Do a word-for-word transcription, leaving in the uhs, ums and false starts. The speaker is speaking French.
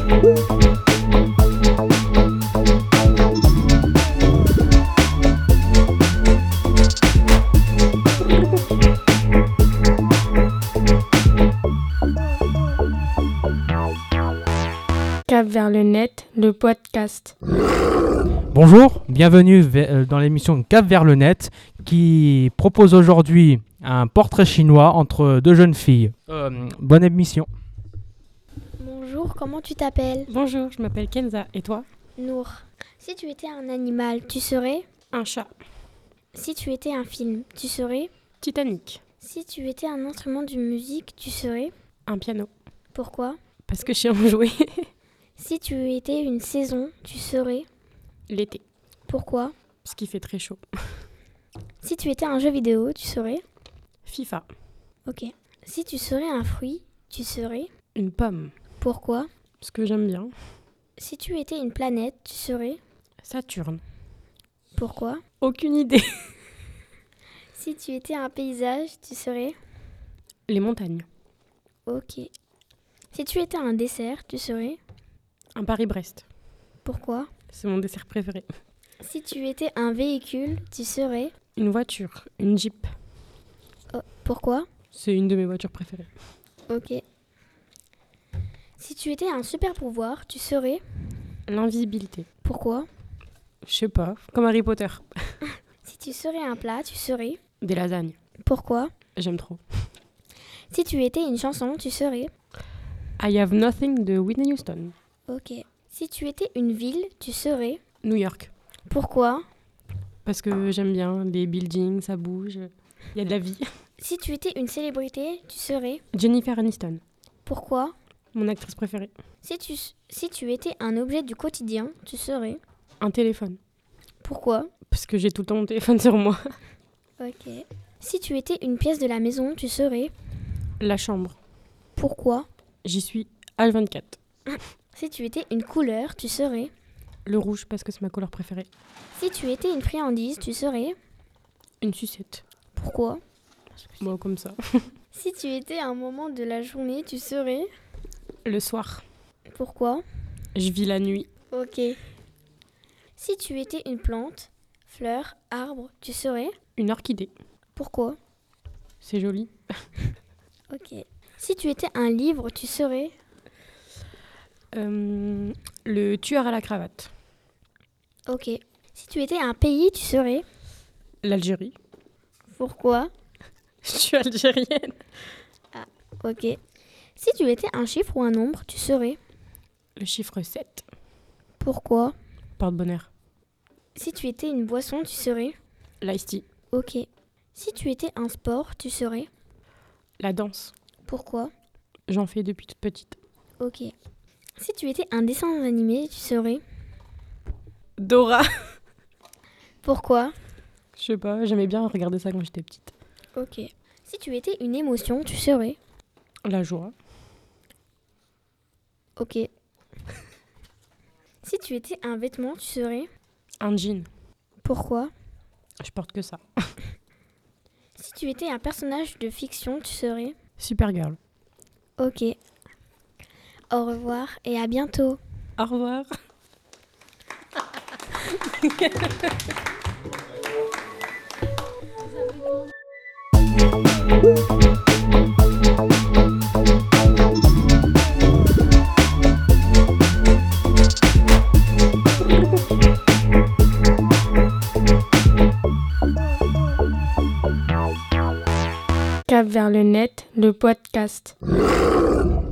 Cap vers le net, le podcast. Bonjour, bienvenue dans l'émission Cap vers le net qui propose aujourd'hui un portrait chinois entre deux jeunes filles. Euh, bonne émission. Bonjour, comment tu t'appelles ? Bonjour, je m'appelle Kenza, et toi ? Nour. Si tu étais un animal, tu serais ? Un chat. Si tu étais un film, tu serais ? Titanic. Si tu étais un instrument de musique, tu serais ? Un piano. Pourquoi ? Parce que je sais en jouer. Si tu étais une saison, tu serais ? L'été. Pourquoi ? Parce qu'il fait très chaud. Si tu étais un jeu vidéo, tu serais ? FIFA. Ok. Si tu serais un fruit, tu serais ? Une pomme. Pourquoi ? Parce que j'aime bien. Si tu étais une planète, tu serais ? Saturne. Pourquoi ? Aucune idée. Si tu étais un paysage, tu serais ? Les montagnes. Ok. Si tu étais un dessert, tu serais ? Un Paris-Brest. Pourquoi ? C'est mon dessert préféré. Si tu étais un véhicule, tu serais ? Une voiture. Une Jeep. Oh, pourquoi ? C'est une de mes voitures préférées. Ok. Si tu étais un super pouvoir, tu serais ? L'invisibilité. Pourquoi ? Je sais pas, comme Harry Potter. Si tu serais un plat, tu serais ? Des lasagnes. Pourquoi ? J'aime trop. Si tu étais une chanson, tu serais ? I Have Nothing de Whitney Houston. Ok. Si tu étais une ville, tu serais ? New York. Pourquoi ? Parce que j'aime bien les buildings, ça bouge, il y a de la vie. Si tu étais une célébrité, tu serais ? Jennifer Aniston. Pourquoi ? Mon actrice préférée. Si tu, si tu étais un objet du quotidien, tu serais ? Un téléphone. Pourquoi ? Parce que j'ai tout le temps mon téléphone sur moi. Ok. Si tu étais une pièce de la maison, tu serais ? La chambre. Pourquoi ? J'y suis H vingt-quatre. Si tu étais une couleur, tu serais ? Le rouge, parce que c'est ma couleur préférée. Si tu étais une friandise, tu serais ? Une sucette. Pourquoi ? Moi, comme ça. Si tu étais un moment de la journée, tu serais ? Le soir. Pourquoi ? Je vis la nuit. Ok. Si tu étais une plante, fleur, arbre, tu serais ? Une orchidée. Pourquoi ? C'est joli. Ok. Si tu étais un livre, tu serais ? Euh, le tueur à la cravate. Ok. Si tu étais un pays, tu serais ? L'Algérie. Pourquoi ? Je suis algérienne. Ok. Si tu étais un chiffre ou un nombre, tu serais ? Le chiffre sept. Pourquoi ? Porte-bonheur. Si tu étais une boisson, tu serais ? L'ice tea. Ok. Si tu étais un sport, tu serais ? La danse. Pourquoi ? J'en fais depuis toute petite. Ok. Si tu étais un dessin animé, tu serais ? Dora. Pourquoi ? Je sais pas, j'aimais bien regarder ça quand j'étais petite. Ok. Si tu étais une émotion, tu serais ? La joie. Ok. Si tu étais un vêtement, tu serais ? Un jean. Pourquoi ? Je porte que ça. Si tu étais un personnage de fiction, tu serais ? Supergirl. Ok. Au revoir et à bientôt. Au revoir. Cap vers le net, le podcast.